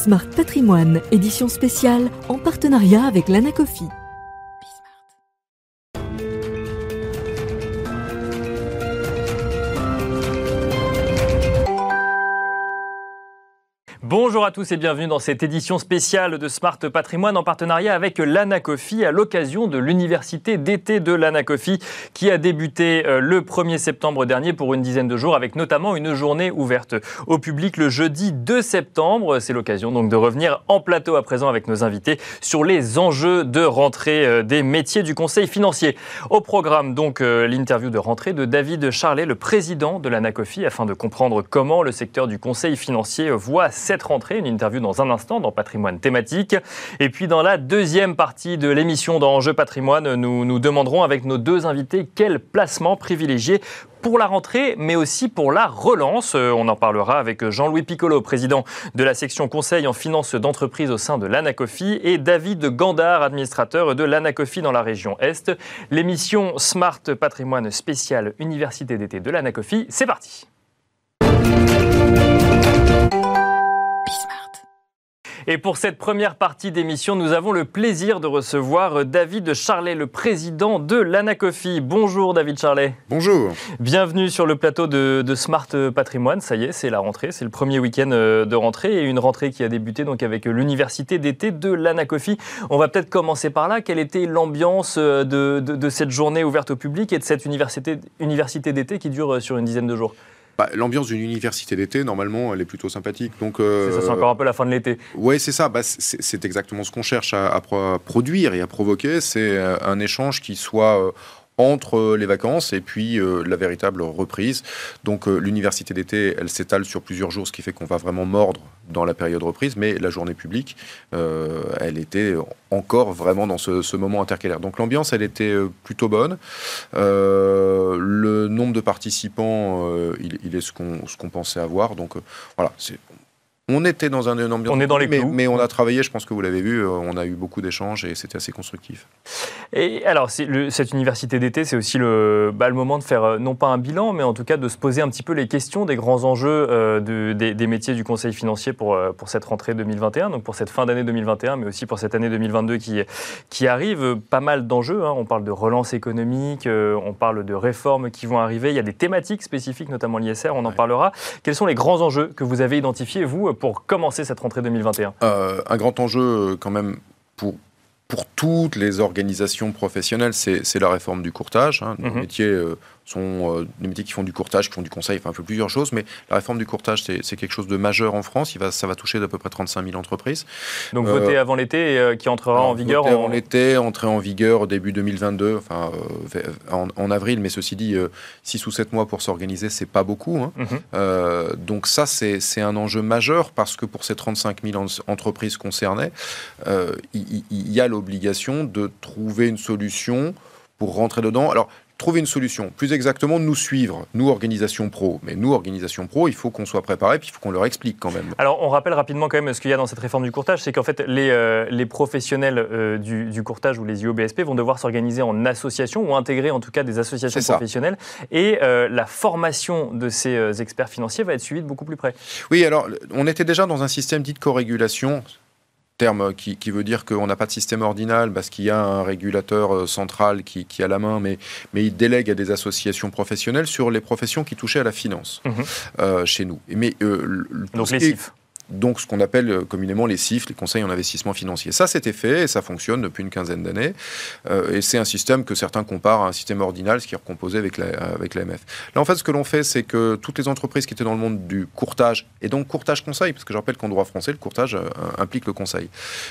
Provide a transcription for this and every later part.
Smart Patrimoine, édition spéciale, en partenariat avec l'Anacofi. Bonjour à tous et bienvenue dans cette édition spéciale de Smart Patrimoine en partenariat avec l'Anacofi à l'occasion de l'université d'été de l'Anacofi qui a débuté le 1er septembre dernier pour une dizaine de jours avec notamment une journée ouverte au public le jeudi 2 septembre. C'est l'occasion donc de revenir en plateau à présent avec nos invités sur les enjeux de rentrée des métiers du conseil financier. Au programme donc l'interview de rentrée de David Charlet, le président de l'Anacofi, afin de comprendre comment le secteur du conseil financier voit cette rentrée, une interview dans un instant dans Patrimoine thématique. Et puis dans la deuxième partie de l'émission d'Enjeux Patrimoine, nous demanderons avec nos deux invités quel placement privilégier pour la rentrée, mais aussi pour la relance. On en parlera avec Jean-Louis Piccolo, président de la section conseil en finance d'entreprise au sein de l'Anacofi, et David Gandard, administrateur de l'Anacofi dans la région Est. L'émission Smart Patrimoine spéciale Université d'été de l'Anacofi, c'est parti. Et pour cette première partie d'émission, nous avons le plaisir de recevoir David Charlet, le président de l'Anacofi. Bonjour David Charlet. Bonjour. Bienvenue sur le plateau de Smart Patrimoine. Ça y est, c'est la rentrée, c'est le premier week-end de rentrée et une rentrée qui a débuté donc avec l'université d'été de l'Anacofi. On va peut-être commencer par là. Quelle était l'ambiance de cette journée ouverte au public et de cette université d'été qui dure sur une dizaine de jours ? L'ambiance d'une université d'été, normalement, elle est plutôt sympathique. Donc, ça sent encore un peu la fin de l'été. Oui, c'est ça. C'est exactement ce qu'on cherche à produire et à provoquer. C'est un échange qui soit entre les vacances et puis la véritable reprise. Donc l'université d'été, elle s'étale sur plusieurs jours, ce qui fait qu'on va vraiment mordre dans la période reprise, mais la journée publique, elle était encore vraiment dans ce moment intercalaire. Donc l'ambiance, elle était plutôt bonne. Le nombre de participants, il est ce qu'on pensait avoir. Donc voilà, on était dans une ambiance, on est dans les clous. Mais on a travaillé, je pense que vous l'avez vu, on a eu beaucoup d'échanges et c'était assez constructif. Et alors, cette université d'été, c'est aussi le moment de faire, non pas un bilan, mais en tout cas de se poser un petit peu les questions des grands enjeux des métiers du conseil financier pour cette rentrée 2021, donc pour cette fin d'année 2021, mais aussi pour cette année 2022 qui arrive. Pas mal d'enjeux, hein. On parle de relance économique, on parle de réformes qui vont arriver, il y a des thématiques spécifiques, notamment l'ISR, on en parlera. Quels sont les grands enjeux que vous avez identifiés, vous, pour commencer cette rentrée 2021 ? Un grand enjeu quand même pour toutes les organisations professionnelles, c'est la réforme du courtage. Nos métiers sont des métiers qui font du courtage, qui font du conseil, enfin un peu plusieurs choses, mais la réforme du courtage, c'est quelque chose de majeur en France. Ça va toucher d'à peu près 35 000 entreprises. Donc voté avant l'été et qui entrera en vigueur voté avant l'été, entré en vigueur début 2022, enfin en avril, mais ceci dit, 6 ou 7 mois pour s'organiser, c'est pas beaucoup. Donc ça, c'est un enjeu majeur parce que pour ces 35 000 entreprises concernées, il y a l'obligation de trouver une solution pour rentrer dedans. Alors, trouver une solution, plus exactement nous suivre, nous organisation pro. Mais nous, organisation pro, il faut qu'on soit préparé, puis il faut qu'on leur explique quand même. Alors on rappelle rapidement quand même ce qu'il y a dans cette réforme du courtage, c'est qu'en fait les professionnels du courtage ou les IOBSP vont devoir s'organiser en association ou intégrer en tout cas des associations professionnelles et la formation de ces experts financiers va être suivie de beaucoup plus près. Oui, alors on était déjà dans un système dit de co-régulation, terme qui veut dire qu'on n'a pas de système ordinal parce qu'il y a un régulateur central qui a la main, mais il délègue à des associations professionnelles sur les professions qui touchaient à la finance chez nous. Donc les CIF. Donc ce qu'on appelle communément les CIF, les conseils en investissement financier. Ça, c'était fait et ça fonctionne depuis une quinzaine d'années. Et c'est un système que certains comparent à un système ordinal, ce qui est recomposé avec l'AMF. Là, en fait, ce que l'on fait, c'est que toutes les entreprises qui étaient dans le monde du courtage, et donc courtage-conseil, parce que je rappelle qu'en droit français, le courtage implique le conseil,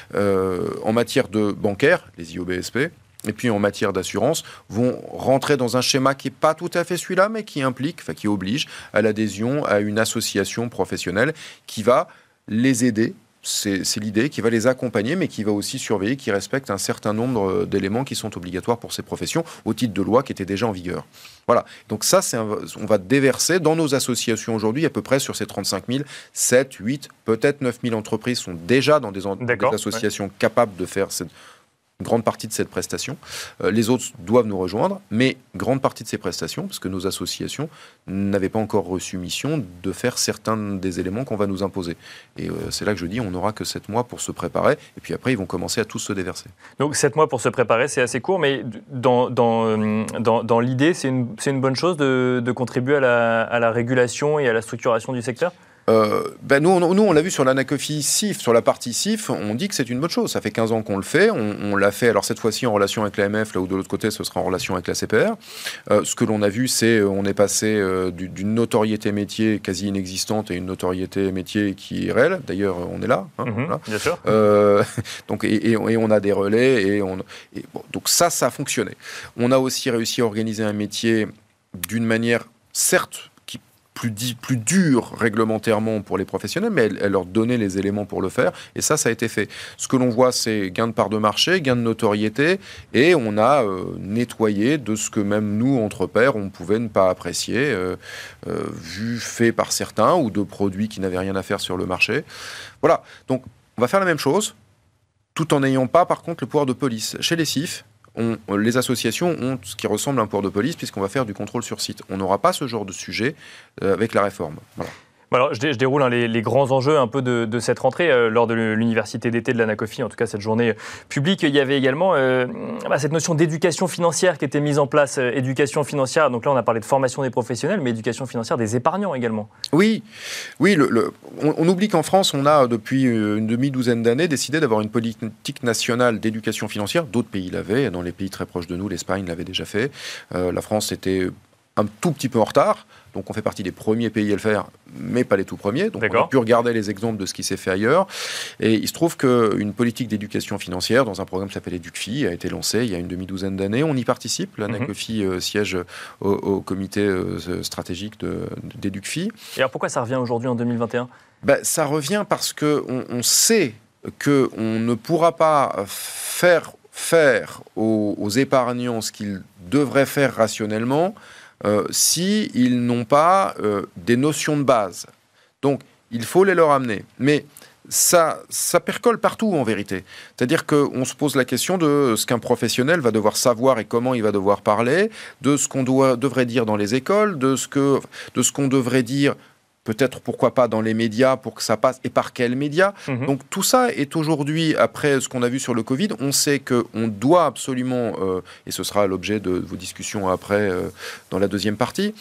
en matière de bancaire, les IOBSP, et puis en matière d'assurance, vont rentrer dans un schéma qui n'est pas tout à fait celui-là, mais qui qui oblige à l'adhésion à une association professionnelle qui va les aider, c'est l'idée, qui va les accompagner, mais qui va aussi surveiller, qui respecte un certain nombre d'éléments qui sont obligatoires pour ces professions, au titre de loi qui étaient déjà en vigueur. Voilà, donc ça, on va déverser dans nos associations aujourd'hui, à peu près sur ces 35 000, 7, 8, peut-être 9 000 entreprises sont déjà dans des associations capables de faire grande partie de cette prestation. Les autres doivent nous rejoindre, mais grande partie de ces prestations, parce que nos associations n'avaient pas encore reçu mission de faire certains des éléments qu'on va nous imposer. Et c'est là que je dis, on n'aura que 7 mois pour se préparer, et puis après, ils vont commencer à tous se déverser. Donc 7 mois pour se préparer, c'est assez court, mais dans l'idée, c'est une bonne chose de contribuer à la régulation et à la structuration du secteur ? Nous, on l'a vu sur l'Anacofi CIF, sur la partie CIF, on dit que c'est une bonne chose. Ça fait 15 ans qu'on le fait. On l'a fait, alors cette fois-ci en relation avec l'AMF, là où de l'autre côté, ce sera en relation avec la CPR. Ce que l'on a vu, c'est on est passé d'une notoriété métier quasi inexistante à une notoriété métier qui est réelle. D'ailleurs, on est là. Voilà. Bien sûr. Donc, et on a des relais. Donc ça a fonctionné. On a aussi réussi à organiser un métier d'une manière, certes, plus dur réglementairement pour les professionnels, mais elle leur donnait les éléments pour le faire, et ça a été fait. Ce que l'on voit, c'est gain de part de marché, gain de notoriété, et on a nettoyé de ce que même nous, entre pairs, on pouvait ne pas apprécier, fait par certains, ou de produits qui n'avaient rien à faire sur le marché. Voilà, donc on va faire la même chose, tout en n'ayant pas, par contre, le pouvoir de police. Chez les CIF, les associations ont ce qui ressemble à un pouvoir de police puisqu'on va faire du contrôle sur site. On n'aura pas ce genre de sujet avec la réforme. Voilà. Alors, je déroule les grands enjeux un peu de cette rentrée. Lors de l'université d'été de l'Anacofi, en tout cas cette journée publique, il y avait également cette notion d'éducation financière qui était mise en place. Éducation financière, donc là on a parlé de formation des professionnels, mais éducation financière des épargnants également. Oui, on oublie qu'en France, on a depuis une demi-douzaine d'années décidé d'avoir une politique nationale d'éducation financière. D'autres pays l'avaient, dans les pays très proches de nous, l'Espagne l'avait déjà fait. La France était un tout petit peu en retard. Donc on fait partie des premiers pays à le faire, mais pas les tout premiers. Donc on a pu regarder les exemples de ce qui s'est fait ailleurs. Et il se trouve qu'une politique d'éducation financière, dans un programme qui s'appelle EducFi, a été lancée il y a une demi-douzaine d'années. On y participe. L'Anacofi siège au comité stratégique d'EducFi. Et alors pourquoi ça revient aujourd'hui en 2021 ? Ça revient parce qu'on sait qu'on ne pourra pas faire aux épargnants ce qu'ils devraient faire rationnellement s'ils n'ont pas des notions de base. Donc, il faut les leur amener. Mais ça percole partout, en vérité. C'est-à-dire qu'on se pose la question de ce qu'un professionnel va devoir savoir et comment il va devoir parler, de ce qu'on devrait dire dans les écoles, de ce qu'on devrait dire peut-être, pourquoi pas, dans les médias pour que ça passe, et par quels médias. Donc tout ça est aujourd'hui, après ce qu'on a vu sur le Covid, on sait qu'on doit absolument, et ce sera l'objet de vos discussions après, dans la deuxième partie,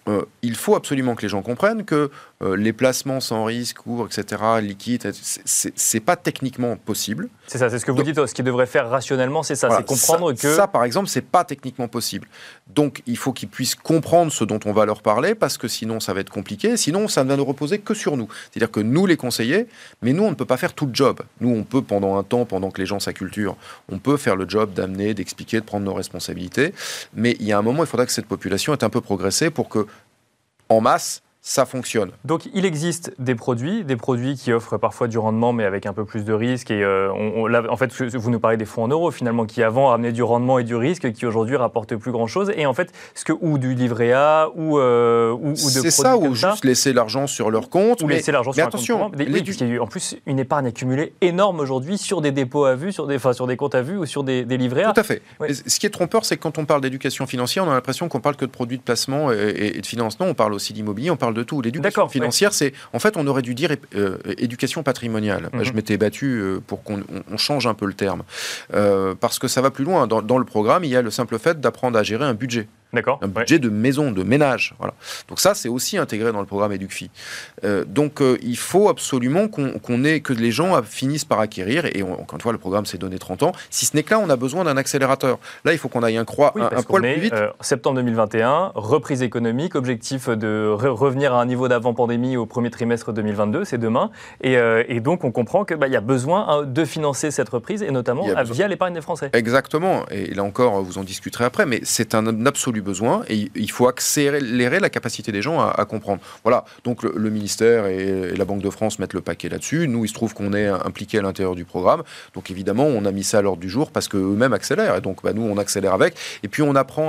il faut absolument que les gens comprennent que les placements sans risque, courts, etc., liquides, c'est pas techniquement possible. C'est ça, c'est ce que vous dites, ce qu'ils devraient faire rationnellement, c'est ça, c'est comprendre que... Ça, par exemple, c'est pas techniquement possible. Donc, il faut qu'ils puissent comprendre ce dont on va leur parler, parce que sinon, ça va être compliqué, sinon, ça ne va ne reposer que sur nous. C'est-à-dire que nous, les conseillers, mais nous, on ne peut pas faire tout le job. Nous, on peut, pendant un temps, pendant que les gens s'acculturent, on peut faire le job d'amener, d'expliquer, de prendre nos responsabilités, mais il y a un moment, il faudra que cette population ait un peu progressé pour que, en masse, ça fonctionne. Donc il existe des produits qui offrent parfois du rendement mais avec un peu plus de risque. Et en fait, vous nous parlez des fonds en euros finalement qui avant ramenaient du rendement et du risque qui aujourd'hui rapportent plus grand-chose. Et en fait, ou du livret A ou de produits c'est ça, ou juste laisser l'argent sur leur compte. Ou laisser l'argent sur un compte courant. Oui, puisqu'il y a eu en plus une épargne accumulée énorme aujourd'hui sur des dépôts à vue, sur des comptes à vue ou sur des livrets A. Tout à fait. Oui. Ce qui est trompeur, c'est que quand on parle d'éducation financière, on a l'impression qu'on parle que de produits de placement et de financement. On parle aussi d'immobilier, on parle de tout. L'éducation financière, c'est... En fait, on aurait dû dire éducation patrimoniale. Je m'étais battu pour qu'on change un peu le terme. Parce que ça va plus loin. Dans le programme, il y a le simple fait d'apprendre à gérer un budget. Un budget de maison, de ménage. Voilà. Donc ça, c'est aussi intégré dans le programme EducFi. Donc il faut absolument que les gens finissent par acquérir. Et encore une fois, le programme s'est donné 30 ans. Si ce n'est que là, on a besoin d'un accélérateur. Là, il faut qu'on aille un poil plus vite. Septembre 2021, reprise économique, objectif de revenir à un niveau d'avant-pandémie au premier trimestre 2022, c'est demain. Et donc, on comprend qu'il y a besoin de financer cette reprise, et notamment via l'épargne des Français. Exactement. Et là encore, vous en discuterez après, mais c'est un absolu besoin et il faut accélérer la capacité des gens à comprendre. Voilà, donc le ministère et la Banque de France mettent le paquet là-dessus. Nous, il se trouve qu'on est impliqués à l'intérieur du programme. Donc évidemment, on a mis ça à l'ordre du jour parce qu'eux-mêmes accélèrent. Et donc nous, on accélère avec. Et puis on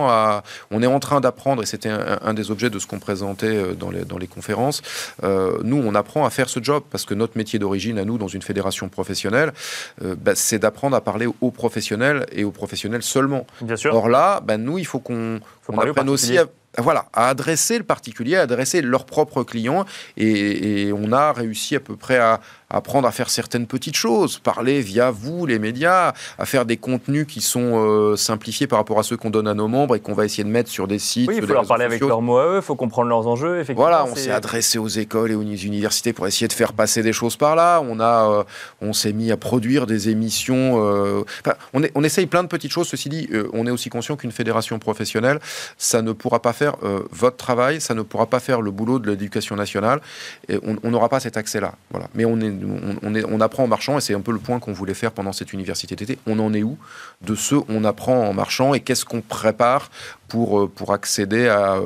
est en train d'apprendre, et c'était un des objets de ce qu'on présentait dans les conférences, nous, on apprend à faire ce job parce que notre métier d'origine, à nous, dans une fédération professionnelle, c'est d'apprendre à parler aux professionnels et aux professionnels seulement. Bien sûr. Or là, nous, il faut qu'on apprenne aussi à adresser le particulier, à adresser leurs propres clients. Et on a réussi à peu près à apprendre à faire certaines petites choses, parler via vous, les médias, à faire des contenus qui sont simplifiés par rapport à ceux qu'on donne à nos membres et qu'on va essayer de mettre sur des sites. Oui, il faut leur parler avec leurs mots à eux, il faut comprendre leurs enjeux. Effectivement, voilà, on s'est adressé aux écoles et aux universités pour essayer de faire passer des choses par là. On s'est mis à produire des émissions. On essaye plein de petites choses. Ceci dit, on est aussi conscient qu'une fédération professionnelle, ça ne pourra pas faire votre travail, ça ne pourra pas faire le boulot de l'éducation nationale. Et on n'aura pas cet accès-là. Voilà. Mais on apprend en marchant, et c'est un peu le point qu'on voulait faire pendant cette université d'été. On en est où de ce on apprend en marchant, et qu'est-ce qu'on prépare pour accéder à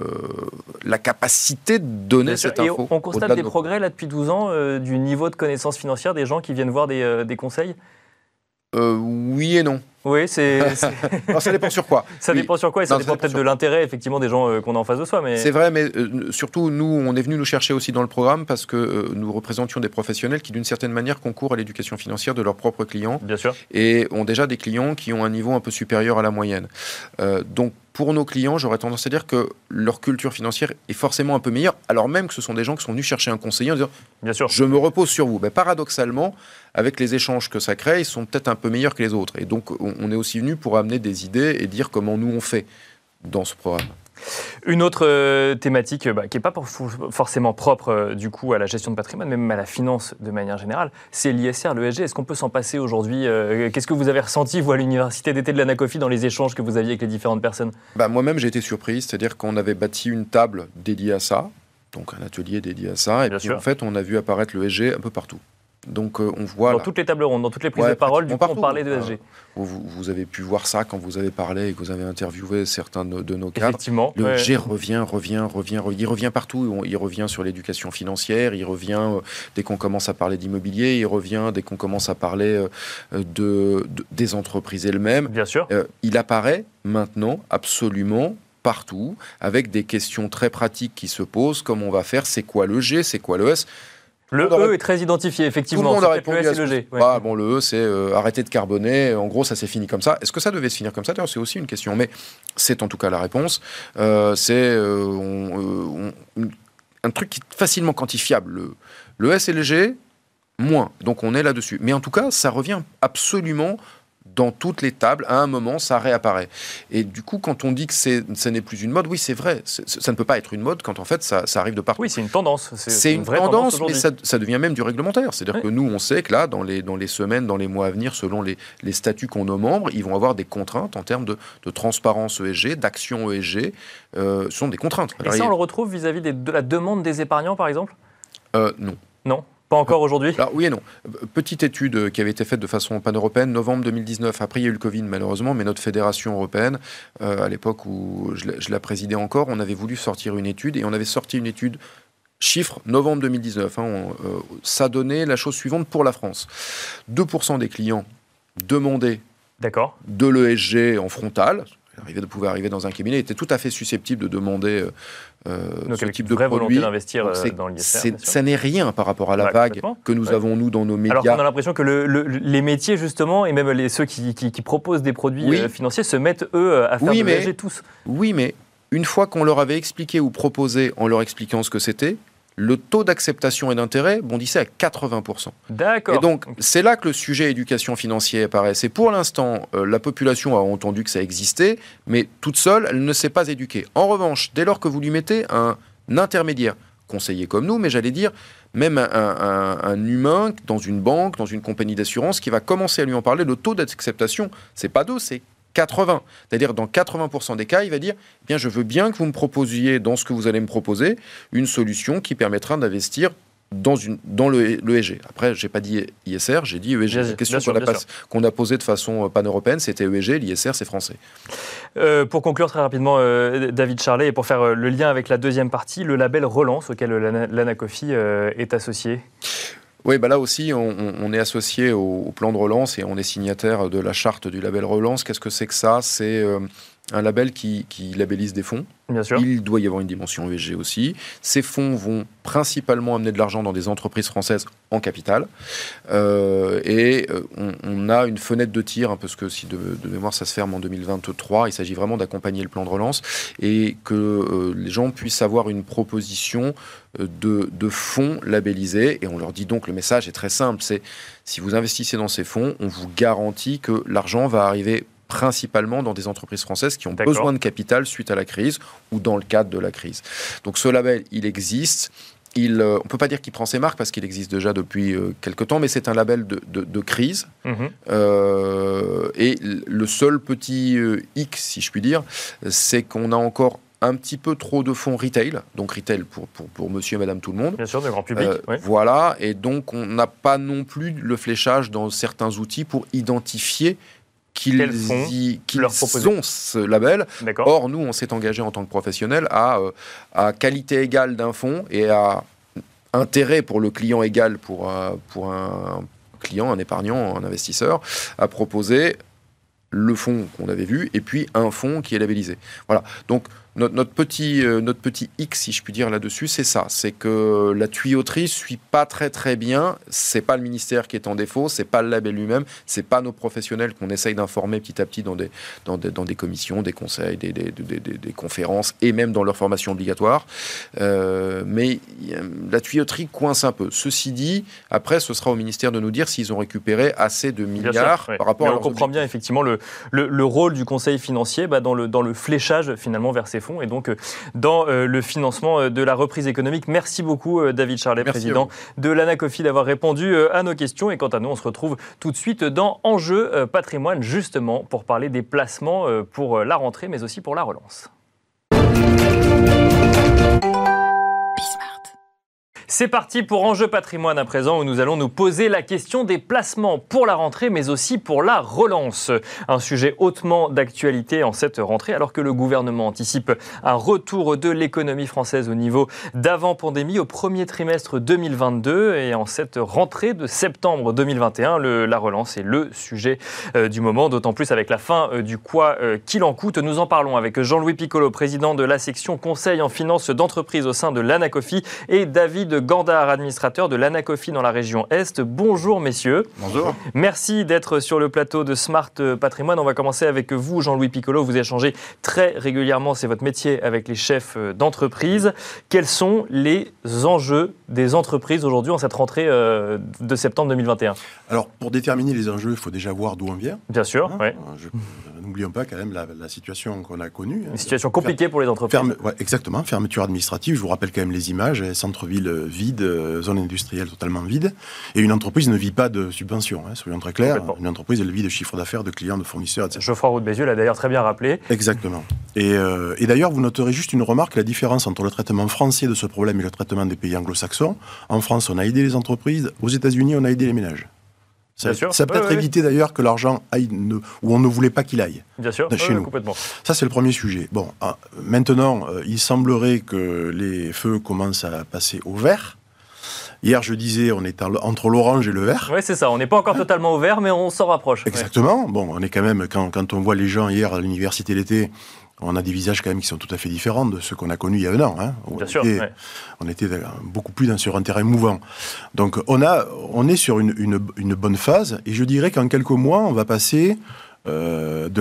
la capacité de donner cette info. Et on constate des progrès là depuis 12 ans du niveau de connaissance financière des gens qui viennent voir des conseils. Oui et non. Oui, Alors, ça dépend sur quoi. Ça dépend sur quoi, et ça dépend peut-être de l'intérêt effectivement des gens qu'on a en face de soi. Mais... C'est vrai, mais surtout, nous, on est venu nous chercher aussi dans le programme parce que nous représentions des professionnels qui, d'une certaine manière, concourent à l'éducation financière de leurs propres clients. Bien sûr. Et ont déjà des clients qui ont un niveau un peu supérieur à la moyenne. Donc, pour nos clients, j'aurais tendance à dire que leur culture financière est forcément un peu meilleure, alors même que ce sont des gens qui sont venus chercher un conseiller en disant « Bien sûr. Je me repose sur vous ». Paradoxalement, avec les échanges que ça crée, ils sont peut-être un peu meilleurs que les autres. Et donc, on est aussi venu pour amener des idées et dire comment nous on fait dans ce programme. Une autre thématique qui n'est pas forcément propre du coup à la gestion de patrimoine, mais même à la finance de manière générale, c'est l'ISR, l'ESG. Est-ce qu'on peut s'en passer aujourd'hui Qu'est-ce que vous avez ressenti, vous, à l'université d'été de l'Anacofi, dans les échanges que vous aviez avec les différentes personnes ? Moi-même, j'ai été surpris, c'est-à-dire qu'on avait bâti une table dédiée à ça, donc un atelier dédié à ça, et puis en fait, on a vu apparaître l'ESG un peu partout. Donc on voit dans toutes les tables rondes, dans toutes les prises de parole, du coup, on parlait de ESG. Vous avez pu voir ça quand vous avez parlé et que vous avez interviewé certains de nos cadres. Effectivement. Le ESG revient. Il revient partout. Il revient sur l'éducation financière. Il revient dès qu'on commence à parler d'immobilier. Il revient dès qu'on commence à parler des entreprises elles-mêmes. Bien sûr. Il apparaît maintenant absolument partout avec des questions très pratiques qui se posent. Comment on va faire ? C'est quoi le G ? C'est quoi le S ? Le E est très identifié, effectivement. Tout le monde a répondu le S et le G. Ouais. Le E, c'est arrêter de carboner. En gros, ça s'est fini comme ça. Est-ce que ça devait se finir comme ça ? D'ailleurs, c'est aussi une question. Mais c'est en tout cas la réponse. C'est un truc qui est facilement quantifiable. Le S et le G, moins. Donc, on est là-dessus. Mais en tout cas, ça revient absolument dans toutes les tables, à un moment, ça réapparaît. Et du coup, quand on dit que ça n'est plus une mode, oui, c'est vrai. Ça ne peut pas être une mode quand, en fait, ça arrive de partout. Oui, c'est une tendance. C'est une vraie tendance, mais ça devient même du réglementaire. C'est-à-dire que nous, on sait que là, dans les semaines, dans les mois à venir, selon les statuts qu'ont nos membres, ils vont avoir des contraintes en termes de transparence ESG, d'action ESG. Ce sont des contraintes. Et ça, on le retrouve vis-à-vis de la demande des épargnants, par exemple ? Non. Non ? Pas encore aujourd'hui ? Alors oui et non. Petite étude qui avait été faite de façon pan-européenne, novembre 2019. Après, il y a eu le Covid malheureusement, mais notre fédération européenne, à l'époque où je la présidais encore, on avait voulu sortir une étude, et on avait sorti une étude chiffre novembre 2019. Ça donnait la chose suivante pour la France. 2% des clients demandaient de l'ESG en frontal. Pouvait arriver dans un cabinet, était tout à fait susceptible de demander ce type de produit. D'investir dans l'ISR. Ça n'est rien par rapport à la vague que nous avons, nous, dans nos médias. Alors qu'on a l'impression que les métiers, justement, et même ceux qui proposent des produits financiers, se mettent, eux, à faire de l'ESG tous. Oui, mais une fois qu'on leur avait expliqué ou proposé, en leur expliquant ce que c'était, le taux d'acceptation et d'intérêt bondissait à 80%. D'accord. Et donc, c'est là que le sujet éducation financière apparaît. C'est pour l'instant, la population a entendu que ça existait, mais toute seule, elle ne s'est pas éduquée. En revanche, dès lors que vous lui mettez un intermédiaire, conseiller comme nous, mais j'allais dire, même un humain dans une banque, dans une compagnie d'assurance, qui va commencer à lui en parler, le taux d'acceptation, c'est pas 2, c'est 80. C'est-à-dire, dans 80% des cas, il va dire « Bien, je veux bien que vous me proposiez, dans ce que vous allez me proposer, une solution qui permettra d'investir dans l'ESG. Après, je n'ai pas dit ISR, j'ai dit ESG. La question qu'on a posée de façon pan-européenne, c'était ESG, l'ISR, c'est français. Pour conclure très rapidement, David Charlet, et pour faire le lien avec la deuxième partie, le label Relance auquel l'Anacofi est associé. Oui, là aussi, on est associé au plan de relance et on est signataire de la charte du label Relance. Qu'est-ce que c'est que ça ? C'est un label qui labellise des fonds. Bien sûr. Il doit y avoir une dimension ESG aussi. Ces fonds vont principalement amener de l'argent dans des entreprises françaises en capital. On a une fenêtre de tir, parce que si de mémoire ça se ferme en 2023, il s'agit vraiment d'accompagner le plan de relance et que les gens puissent avoir une proposition de fonds labellisés. Et on leur dit donc, le message est très simple, c'est si vous investissez dans ces fonds, on vous garantit que l'argent va arriver principalement dans des entreprises françaises qui ont besoin de capital suite à la crise ou dans le cadre de la crise. Donc ce label, il existe. On ne peut pas dire qu'il prend ses marques parce qu'il existe déjà depuis quelques temps, mais c'est un label de crise. Et le seul petit hic, si je puis dire, c'est qu'on a encore un petit peu trop de fonds retail, donc retail pour monsieur et madame tout le monde. Bien sûr, de grand public. Oui. Voilà, et donc on n'a pas non plus le fléchage dans certains outils pour identifier qu'ils ont ce label. Or, nous, on s'est engagé en tant que professionnel à qualité égale d'un fonds et à intérêt pour le client égal pour un client, un épargnant, un investisseur, à proposer le fonds qu'on avait vu et puis un fonds qui est labellisé. Voilà. Donc, notre petit X, si je puis dire là-dessus, c'est ça. C'est que la tuyauterie ne suit pas très très bien. C'est pas le ministère qui est en défaut, c'est pas le label lui-même, c'est pas nos professionnels qu'on essaye d'informer petit à petit dans des commissions, des conseils, des conférences et même dans leur formation obligatoire. Mais la tuyauterie coince un peu. Ceci dit, après, ce sera au ministère de nous dire s'ils ont récupéré assez de milliards par rapport à leurs objectifs. On comprend bien effectivement le rôle du conseil financier dans le fléchage finalement vers ces fonds et donc dans le financement de la reprise économique. Merci beaucoup David Charlet, président de l'Anacofi, d'avoir répondu à nos questions. Et quant à nous, on se retrouve tout de suite dans Enjeu Patrimoine, justement pour parler des placements pour la rentrée, mais aussi pour la relance. C'est parti pour Enjeu Patrimoine à présent, où nous allons nous poser la question des placements pour la rentrée, mais aussi pour la relance. Un sujet hautement d'actualité en cette rentrée, alors que le gouvernement anticipe un retour de l'économie française au niveau d'avant-pandémie au premier trimestre 2022. Et en cette rentrée de septembre 2021, la relance est le sujet du moment, d'autant plus avec la fin du quoi qu'il en coûte. Nous en parlons avec Jean-Louis Piccolo, président de la section conseil en finance d'entreprise au sein de l'Anacofi, et David Gandard, administrateur de l'Anacofi dans la région Est. Bonjour messieurs. Bonjour. Merci d'être sur le plateau de Smart Patrimoine. On va commencer avec vous, Jean-Louis Piccolo. Vous échangez très régulièrement, c'est votre métier, avec les chefs d'entreprise. Quels sont les enjeux des entreprises aujourd'hui en cette rentrée de septembre 2021 ? Alors, pour déterminer les enjeux, il faut déjà voir d'où on vient. Bien sûr, oui. N'oublions pas quand même la situation qu'on a connue. Une situation compliquée pour les entreprises. Exactement, fermeture administrative. Je vous rappelle quand même les images, centre-ville vide, zone industrielle totalement vide. Et une entreprise ne vit pas de subventions, soyons très clairs. Une entreprise, elle vit de chiffre d'affaires, de clients, de fournisseurs, etc. Geoffroy Roux de Bézieux l'a d'ailleurs très bien rappelé. Exactement. Et d'ailleurs, vous noterez juste une remarque, la différence entre le traitement français de ce problème et le traitement des pays anglo-saxons. En France, on a aidé les entreprises. Aux États-Unis, on a aidé les ménages. Ça a peut-être évité d'ailleurs que l'argent aille où on ne voulait pas qu'il aille. Bien sûr, chez nous. Complètement. Ça, c'est le premier sujet. Bon, maintenant, il semblerait que les feux commencent à passer au vert. Hier, je disais, on est entre l'orange et le vert. Oui, c'est ça. On n'est pas encore totalement au vert, mais on s'en rapproche. Exactement. Ouais. Bon, on est quand même, quand on voit les gens hier à l'université l'été, on a des visages quand même qui sont tout à fait différents de ceux qu'on a connus il y a un an. Bien sûr. On était beaucoup plus sur un terrain mouvant. Donc on est sur une bonne phase. Et je dirais qu'en quelques mois, on va passer de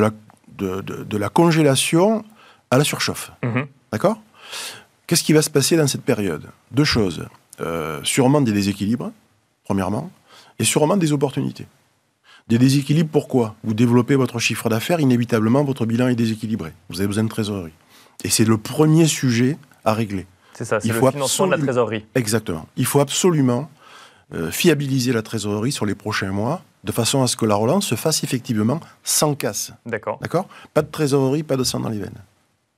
la congélation à la surchauffe. D'accord ? Qu'est-ce qui va se passer dans cette période ? Deux choses. Sûrement des déséquilibres, premièrement, et sûrement des opportunités. Des déséquilibres, pourquoi ? Vous développez votre chiffre d'affaires, inévitablement, votre bilan est déséquilibré. Vous avez besoin de trésorerie. Et c'est le premier sujet à régler. C'est ça, c'est le financement de la trésorerie. Exactement. Il faut absolument fiabiliser la trésorerie sur les prochains mois, de façon à ce que la relance se fasse effectivement sans casse. D'accord. Pas de trésorerie, pas de sang dans les veines. Voilà.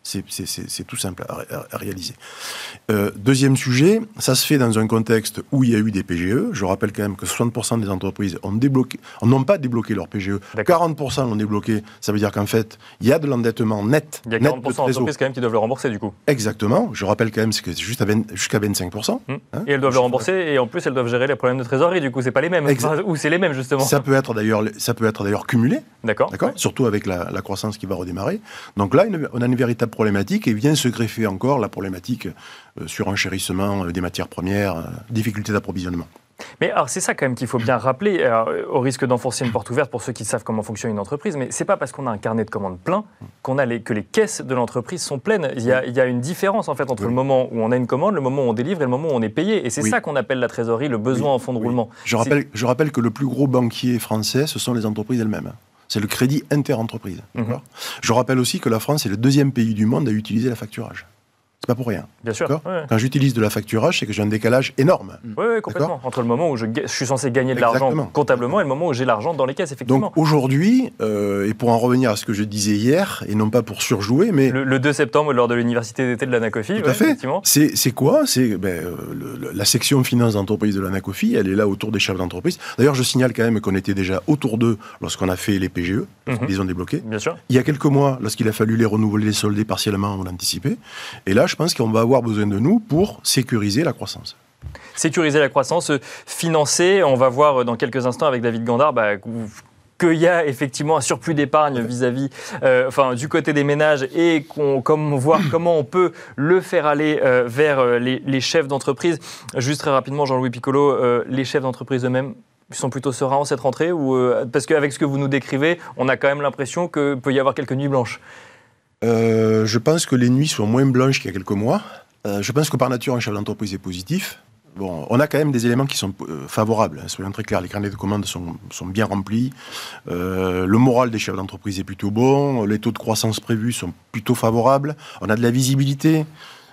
C'est tout simple à réaliser. Deuxième sujet, ça se fait dans un contexte où il y a eu des PGE. Je rappelle quand même que 60% des entreprises n'ont pas débloqué leur PGE. D'accord. 40% l'ont débloqué. Ça veut dire qu'en fait, il y a de l'endettement net. Il y a 40% d'entreprises quand même qui doivent le rembourser du coup. Exactement. Je rappelle quand même que c'est jusqu'à 25%. Et elles doivent le rembourser et en plus elles doivent gérer les problèmes de trésorerie. Du coup, c'est pas les mêmes. Ou c'est les mêmes justement. Ça peut être d'ailleurs cumulé. D'accord. Ouais. Surtout avec la croissance qui va redémarrer. Donc là, on a une véritable problématique et vient se greffer encore la problématique surenchérissement des matières premières, difficulté d'approvisionnement. Mais alors c'est ça quand même qu'il faut bien rappeler, au risque d'enfoncer une porte ouverte pour ceux qui savent comment fonctionne une entreprise, mais c'est pas parce qu'on a un carnet de commandes plein que les caisses de l'entreprise sont pleines. Il y a une différence en fait entre le moment où on a une commande, le moment où on délivre et le moment où on est payé. Et c'est ça qu'on appelle la trésorerie, le besoin en fonds de roulement. Je rappelle que le plus gros banquier français, ce sont les entreprises elles-mêmes. C'est le crédit inter-entreprise. Je rappelle aussi que la France est le 2e pays du monde à utiliser la facturage. C'est pas pour rien. Bien sûr. Ouais. Quand j'utilise de la facturage, c'est que j'ai un décalage énorme. Oui, complètement. Entre le moment où je suis censé gagner de l'argent comptablement et le moment où j'ai l'argent dans les caisses, effectivement. Donc aujourd'hui, et pour en revenir à ce que je disais hier, et non pas pour surjouer, mais... Le 2 septembre, lors de l'université d'été de l'Anacofi. Tout à fait. C'est quoi ? C'est la section finance d'entreprise de l'Anacofi, elle est là autour des chefs d'entreprise. D'ailleurs, je signale quand même qu'on était déjà autour d'eux lorsqu'on a fait les PGE, lorsqu'ils les ont débloqués. Bien sûr. Il y a quelques mois, lorsqu'il a fallu les renouveler, les solder partiellement, on l'anticipait. Et là, je pense qu'on va avoir besoin de nous pour sécuriser la croissance. Sécuriser la croissance, financer. On va voir dans quelques instants avec David Gandard qu'il y a effectivement un surplus d'épargne vis-à-vis du côté des ménages et voir comment on peut le faire aller vers les chefs d'entreprise. Juste très rapidement, Jean-Louis Piccolo, les chefs d'entreprise eux-mêmes sont plutôt sereins en cette rentrée parce qu'avec ce que vous nous décrivez, on a quand même l'impression qu'il peut y avoir quelques nuits blanches. Je pense que les nuits sont moins blanches qu'il y a quelques mois. Je pense que par nature, un chef d'entreprise est positif. Bon, on a quand même des éléments qui sont favorables, soyons très clairs. Les carnets de commandes sont bien remplis. Le moral des chefs d'entreprise est plutôt bon. Les taux de croissance prévus sont plutôt favorables. On a de la visibilité.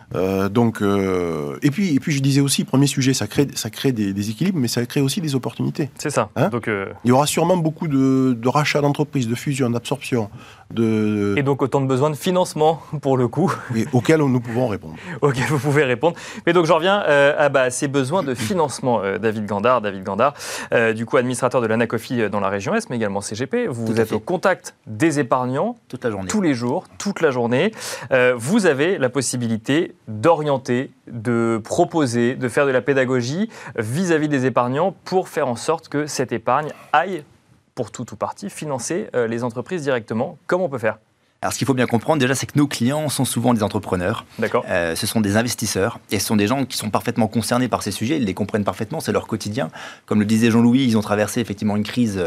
Et puis je disais aussi, premier sujet, ça crée des équilibres, mais ça crée aussi des opportunités. C'est ça. Donc, il y aura sûrement beaucoup de rachats d'entreprises, de fusions, d'absorptions. Et donc autant de besoins de financement, pour le coup. Et auxquels nous pouvons répondre. Auxquels vous pouvez répondre. Mais donc j'en reviens à ces besoins de financement, David Gandard, du coup administrateur de l'Anacofi dans la région Est, mais également CGP. Vous êtes au contact des épargnants toute la journée. Tous les jours, toute la journée. Vous avez la possibilité d'orienter, de proposer, de faire de la pédagogie vis-à-vis des épargnants pour faire en sorte que cette épargne aille, pour tout ou partie, financer les entreprises directement. Comment on peut faire ? Alors, ce qu'il faut bien comprendre, déjà, c'est que nos clients sont souvent des entrepreneurs. D'accord. Ce sont des investisseurs et ce sont des gens qui sont parfaitement concernés par ces sujets. Ils les comprennent parfaitement, c'est leur quotidien. Comme le disait Jean-Louis, ils ont traversé effectivement une crise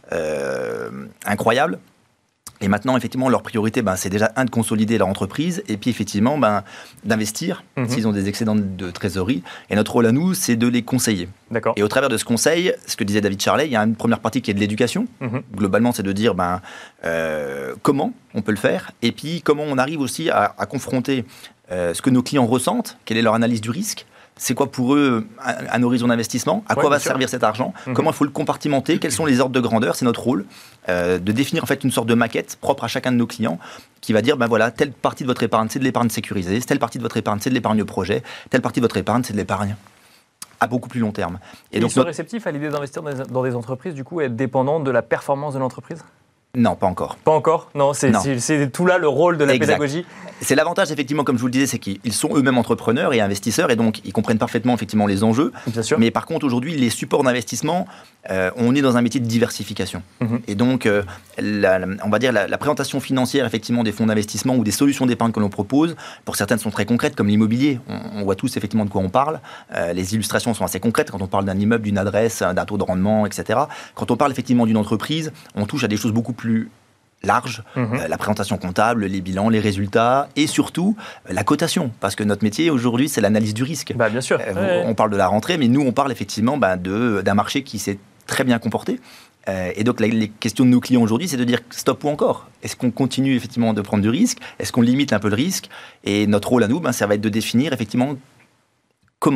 incroyable. Et maintenant, effectivement, leur priorité, c'est déjà, de consolider leur entreprise et puis, effectivement, d'investir s'ils ont des excédents de trésorerie. Et notre rôle à nous, c'est de les conseiller. D'accord. Et au travers de ce conseil, ce que disait David Charlet, il y a une première partie qui est de l'éducation. Globalement, c'est de dire comment on peut le faire et puis comment on arrive aussi à confronter ce que nos clients ressentent, quelle est leur analyse du risque. C'est quoi pour eux un horizon d'investissement ? À quoi va servir cet argent ? Comment il faut le compartimenter ? Quels sont les ordres de grandeur ? C'est notre rôle de définir en fait une sorte de maquette propre à chacun de nos clients qui va dire voilà, telle partie de votre épargne c'est de l'épargne sécurisée, telle partie de votre épargne c'est de l'épargne projet, telle partie de votre épargne c'est de l'épargne à beaucoup plus long terme. Et donc, ils sont réceptifs à l'idée d'investir dans des entreprises du coup et être dépendants de la performance de l'entreprise ? Non, pas encore. Pas encore ? Non, c'est tout là le rôle de la pédagogie. C'est l'avantage, effectivement, comme je vous le disais, c'est qu'ils sont eux-mêmes entrepreneurs et investisseurs et donc ils comprennent parfaitement, effectivement, les enjeux. Bien sûr. Mais par contre, aujourd'hui, les supports d'investissement, on est dans un métier de diversification. Et donc, on va dire la présentation financière, effectivement, des fonds d'investissement ou des solutions d'épargne que l'on propose, pour certaines sont très concrètes, comme l'immobilier. On voit tous, effectivement, de quoi on parle. Les illustrations sont assez concrètes quand on parle d'un immeuble, d'une adresse, d'un taux de rendement, etc. Quand on parle, effectivement, d'une entreprise, on touche à des choses beaucoup plus large, la présentation comptable, les bilans, les résultats et surtout la cotation. Parce que notre métier aujourd'hui, c'est l'analyse du risque. Bien sûr. On parle de la rentrée, mais nous, on parle effectivement d'un marché qui s'est très bien comporté. Et donc, les questions de nos clients aujourd'hui, c'est de dire stop ou encore. Est-ce qu'on continue effectivement de prendre du risque ? Est-ce qu'on limite un peu le risque ? Et notre rôle à nous, ça va être de définir effectivement comment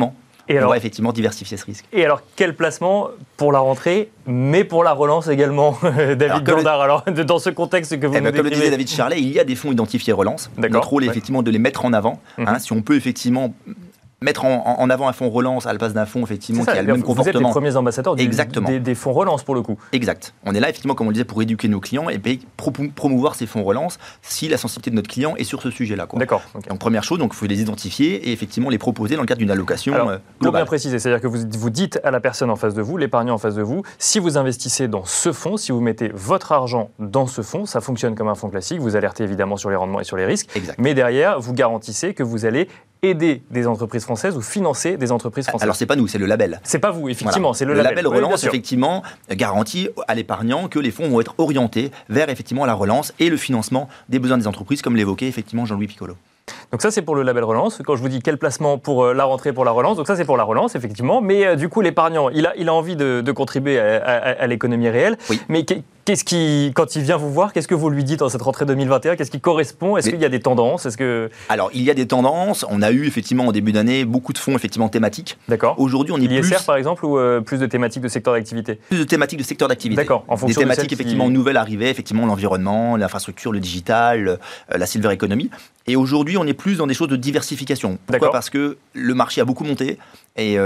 on va effectivement diversifier ce risque. Et alors, quel placement pour la rentrée, mais pour la relance également, David Gandard, alors, dans ce contexte que vous nous décrivez? Comme le disait David Charlet, il y a des fonds identifiés relance. Notre rôle est effectivement de les mettre en avant. Si on peut effectivement mettre en avant un fonds relance à la place d'un fonds effectivement qui a le même comportement. Vous êtes les premiers ambassadeurs des fonds relance pour le coup. Exact. On est là effectivement, comme on le disait, pour éduquer nos clients et promouvoir ces fonds relance si la sensibilité de notre client est sur ce sujet-là. D'accord. Donc première chose, il faut les identifier et effectivement les proposer dans le cadre d'une allocation globale. Pour bien préciser, c'est-à-dire que vous dites à la personne en face de vous, l'épargnant en face de vous, si vous investissez dans ce fonds, si vous mettez votre argent dans ce fonds, ça fonctionne comme un fonds classique, vous alertez évidemment sur les rendements et sur les risques, mais derrière, vous garantissez que vous allez aider des entreprises françaises ou financer des entreprises françaises. Alors c'est pas nous, c'est le label. C'est pas vous, effectivement, c'est le label. Le label relance, effectivement, garantit à l'épargnant que les fonds vont être orientés vers effectivement la relance et le financement des besoins des entreprises, comme l'évoquait effectivement Jean-Louis Piccolo. Donc ça, c'est pour le label relance. Quand je vous dis quel placement pour la rentrée pour la relance, donc ça, c'est pour la relance, effectivement. Mais du coup, l'épargnant, il a envie de contribuer à l'économie réelle. Oui. Mais quand il vient vous voir, qu'est-ce que vous lui dites en cette rentrée 2021? Qu'est-ce qui correspond? Est-ce qu'il y a des tendances? Alors, il y a des tendances. On a eu, effectivement, en début d'année, beaucoup de fonds, effectivement, thématiques. D'accord. Aujourd'hui, on est l'ISR, par exemple, ou plus de thématiques de secteur d'activité? Plus de thématiques de secteur d'activité. D'accord. En fonction des thématiques, effectivement, nouvelles arrivées, effectivement, l'environnement, l'infrastructure, le digital, la silver economy. Et aujourd'hui, on est plus dans des choses de diversification. Pourquoi? Parce que le marché a beaucoup monté et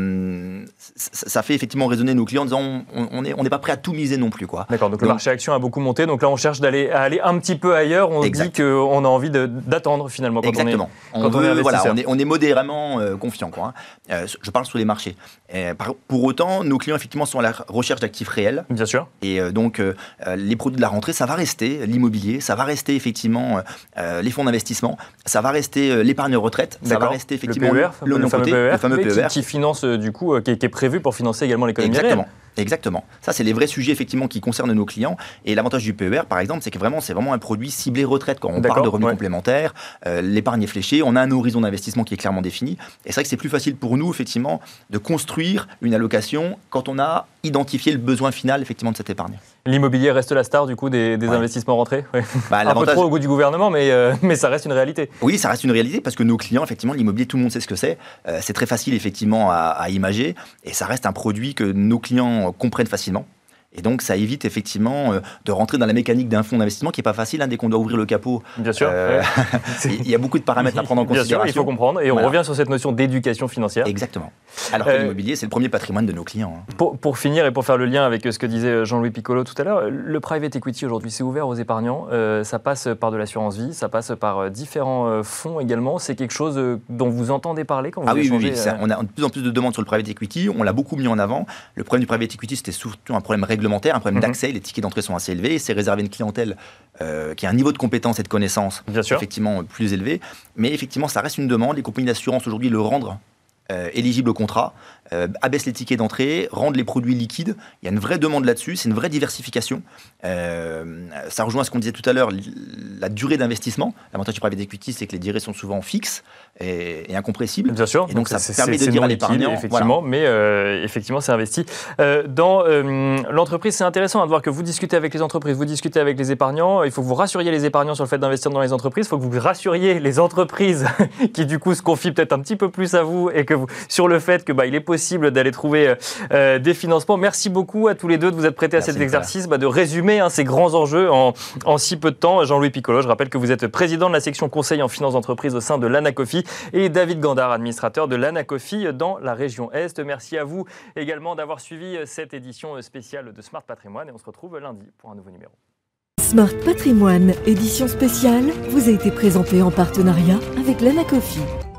ça fait effectivement résonner nos clients en disant on n'est pas prêt à tout miser non plus. D'accord, donc le marché action a beaucoup monté, donc là on cherche à aller un petit peu ailleurs, on dit qu'on a envie d'attendre finalement quand exactement. on est investisseur. On est modérément confiant. Je parle sur les marchés. Pour autant, nos clients effectivement sont à la recherche d'actifs réels. Bien sûr. Et donc les produits de la rentrée, ça va rester l'immobilier, ça va rester effectivement les fonds d'investissement, ça va rester l'épargne retraite, ça va rester effectivement le fameux PER qui finance du coup, qui est prévu pour financer également l'économie réelle. Exactement. Ça, c'est les vrais sujets effectivement qui concernent nos clients. Et l'avantage du PER, par exemple, c'est que c'est vraiment un produit ciblé retraite. Quand on parle de revenus complémentaires, l'épargne est fléchée, on a un horizon d'investissement qui est clairement défini. Et c'est vrai que c'est plus facile pour nous, effectivement, de construire une allocation quand on a identifié le besoin final, effectivement, de cette épargne. L'immobilier reste la star, du coup, des investissements rentrés. Un peu trop au goût du gouvernement, mais ça reste une réalité. Oui, ça reste une réalité parce que nos clients, effectivement, l'immobilier, tout le monde sait ce que c'est. C'est très facile, effectivement, à imager. Et ça reste un produit que nos clients comprennent facilement. Et donc, ça évite effectivement de rentrer dans la mécanique d'un fonds d'investissement qui n'est pas facile. Dès qu'on doit ouvrir le capot, bien sûr, il y a beaucoup de paramètres à prendre en considération. Bien sûr, il faut comprendre. Et on revient sur cette notion d'éducation financière. Exactement. Alors que l'immobilier, c'est le premier patrimoine de nos clients. Pour finir et pour faire le lien avec ce que disait Jean-Louis Piccolo tout à l'heure, le private equity aujourd'hui, c'est ouvert aux épargnants. Ça passe par de l'assurance vie, ça passe par différents fonds également. C'est quelque chose dont vous entendez parler quand vous échangez? Oui. On a de plus en plus de demandes sur le private equity. On l'a beaucoup mis en avant. Le problème du private equity, c'était surtout un problème réglementaire, un problème d'accès. Les tickets d'entrée sont assez élevés. C'est réservé à une clientèle qui a un niveau de compétence et de connaissance effectivement plus élevé. Mais effectivement, ça reste une demande. Les compagnies d'assurance aujourd'hui le rendent éligible au contrat, abaissent les tickets d'entrée, rendent les produits liquides. Il y a une vraie demande là-dessus, c'est une vraie diversification. Ça rejoint ce qu'on disait tout à l'heure, la durée d'investissement. L'avantage du private equity, c'est que les durées sont souvent fixes et incompressibles. Bien sûr. Et donc ça permet de dire à l'épargnant, effectivement, mais effectivement, c'est investi. Dans l'entreprise, c'est intéressant de voir que vous discutez avec les entreprises, vous discutez avec les épargnants. Il faut que vous rassuriez les épargnants sur le fait d'investir dans les entreprises. Il faut que vous rassuriez les entreprises qui, du coup, se confient peut-être un petit peu plus à vous et que sur le fait que il est possible d'aller trouver des financements. Merci beaucoup à tous les deux de vous être prêtés à cet exercice de résumer ces grands enjeux en si peu de temps. Jean-Louis Piccolo, je rappelle que vous êtes président de la section conseil en finance d'entreprise au sein de l'Anacofi et David Gandard, administrateur de l'Anacofi dans la région Est. Merci à vous également d'avoir suivi cette édition spéciale de Smart Patrimoine et on se retrouve lundi pour un nouveau numéro. Smart Patrimoine, édition spéciale, vous a été présenté en partenariat avec l'Anacofi.